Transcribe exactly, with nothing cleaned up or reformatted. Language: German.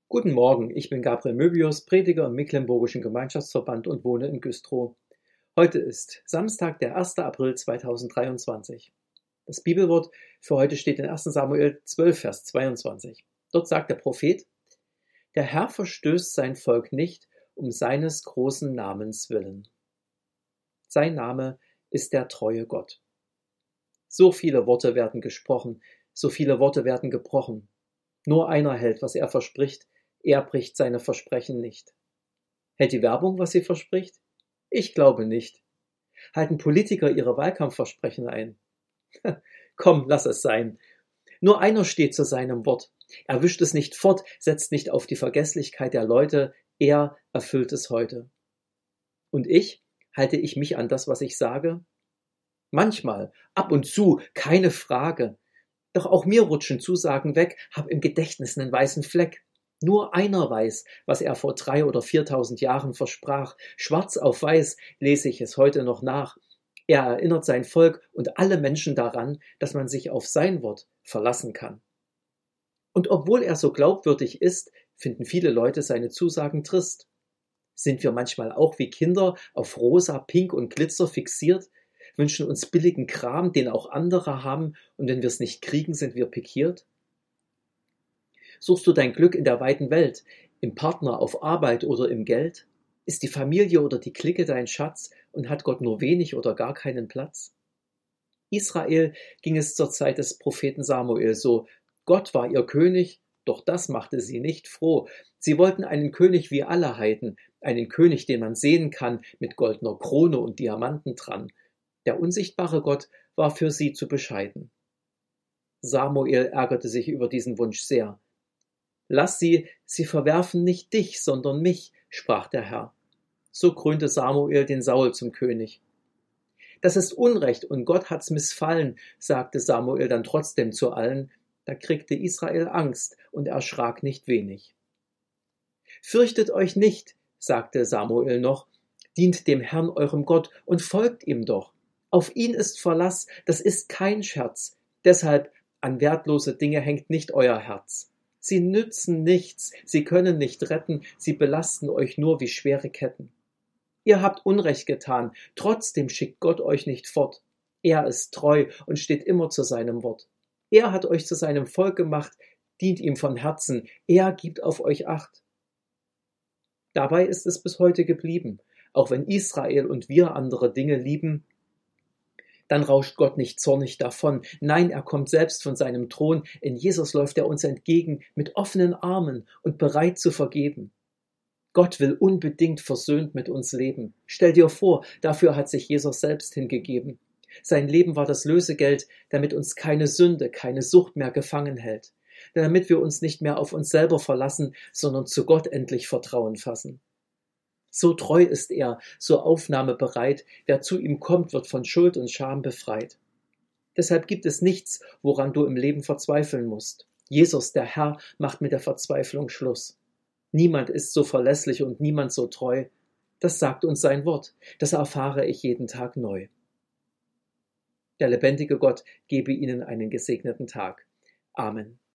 Guten Morgen, ich bin Gabriel Möbius, Prediger im Mecklenburgischen Gemeinschaftsverband und wohne in Güstrow. Heute ist Samstag, der erster April zweitausenddreiundzwanzig. Das Bibelwort für heute steht in erster Samuel zwölf, Vers zweiundzwanzig. Dort sagt der Prophet: Der Herr verstößt sein Volk nicht um seines großen Namens willen. Sein Name ist der treue Gott. So viele Worte werden gesprochen, so viele Worte werden gebrochen. Nur einer hält, was er verspricht. Er bricht seine Versprechen nicht. Hält die Werbung, was sie verspricht? Ich glaube nicht. Halten Politiker ihre Wahlkampfversprechen ein? Komm, lass es sein. Nur einer steht zu seinem Wort. Er wischt es nicht fort, setzt nicht auf die Vergesslichkeit der Leute. Er erfüllt es heute. Und ich? Halte ich mich an das, was ich sage? Manchmal, ab und zu, keine Frage. Doch auch mir rutschen Zusagen weg, hab im Gedächtnis einen weißen Fleck. Nur einer weiß, was er vor drei oder viertausend Jahren versprach. Schwarz auf weiß lese ich es heute noch nach. Er erinnert sein Volk und alle Menschen daran, dass man sich auf sein Wort verlassen kann. Und obwohl er so glaubwürdig ist, finden viele Leute seine Zusagen trist. Sind wir manchmal auch wie Kinder auf Rosa, Pink und Glitzer fixiert, wünschen uns billigen Kram, den auch andere haben, und wenn wir es nicht kriegen, sind wir pikiert? Suchst du dein Glück in der weiten Welt, im Partner, auf Arbeit oder im Geld? Ist die Familie oder die Clique dein Schatz und hat Gott nur wenig oder gar keinen Platz? Israel ging es zur Zeit des Propheten Samuel so: Gott war ihr König, doch das machte sie nicht froh. Sie wollten einen König wie alle Heiden, einen König, den man sehen kann, mit goldener Krone und Diamanten dran. Der unsichtbare Gott war für sie zu bescheiden. Samuel ärgerte sich über diesen Wunsch sehr. Lass sie, sie verwerfen nicht dich, sondern mich, sprach der Herr. So krönte Samuel den Saul zum König. Das ist Unrecht und Gott hat's missfallen, sagte Samuel dann trotzdem zu allen. Da kriegte Israel Angst und erschrak nicht wenig. Fürchtet euch nicht, sagte Samuel noch, dient dem Herrn eurem Gott und folgt ihm doch. Auf ihn ist Verlass, das ist kein Scherz. Deshalb, an wertlose Dinge hängt nicht euer Herz. Sie nützen nichts, sie können nicht retten, sie belasten euch nur wie schwere Ketten. Ihr habt Unrecht getan, trotzdem schickt Gott euch nicht fort. Er ist treu und steht immer zu seinem Wort. Er hat euch zu seinem Volk gemacht, dient ihm von Herzen, er gibt auf euch Acht. Dabei ist es bis heute geblieben, auch wenn Israel und wir andere Dinge lieben, dann rauscht Gott nicht zornig davon. Nein, er kommt selbst von seinem Thron. In Jesus läuft er uns entgegen mit offenen Armen und bereit zu vergeben. Gott will unbedingt versöhnt mit uns leben. Stell dir vor, dafür hat sich Jesus selbst hingegeben. Sein Leben war das Lösegeld, damit uns keine Sünde, keine Sucht mehr gefangen hält. Damit wir uns nicht mehr auf uns selber verlassen, sondern zu Gott endlich Vertrauen fassen. So treu ist er, so aufnahmebereit, wer zu ihm kommt, wird von Schuld und Scham befreit. Deshalb gibt es nichts, woran du im Leben verzweifeln musst. Jesus, der Herr, macht mit der Verzweiflung Schluss. Niemand ist so verlässlich und niemand so treu. Das sagt uns sein Wort, das erfahre ich jeden Tag neu. Der lebendige Gott gebe ihnen einen gesegneten Tag. Amen.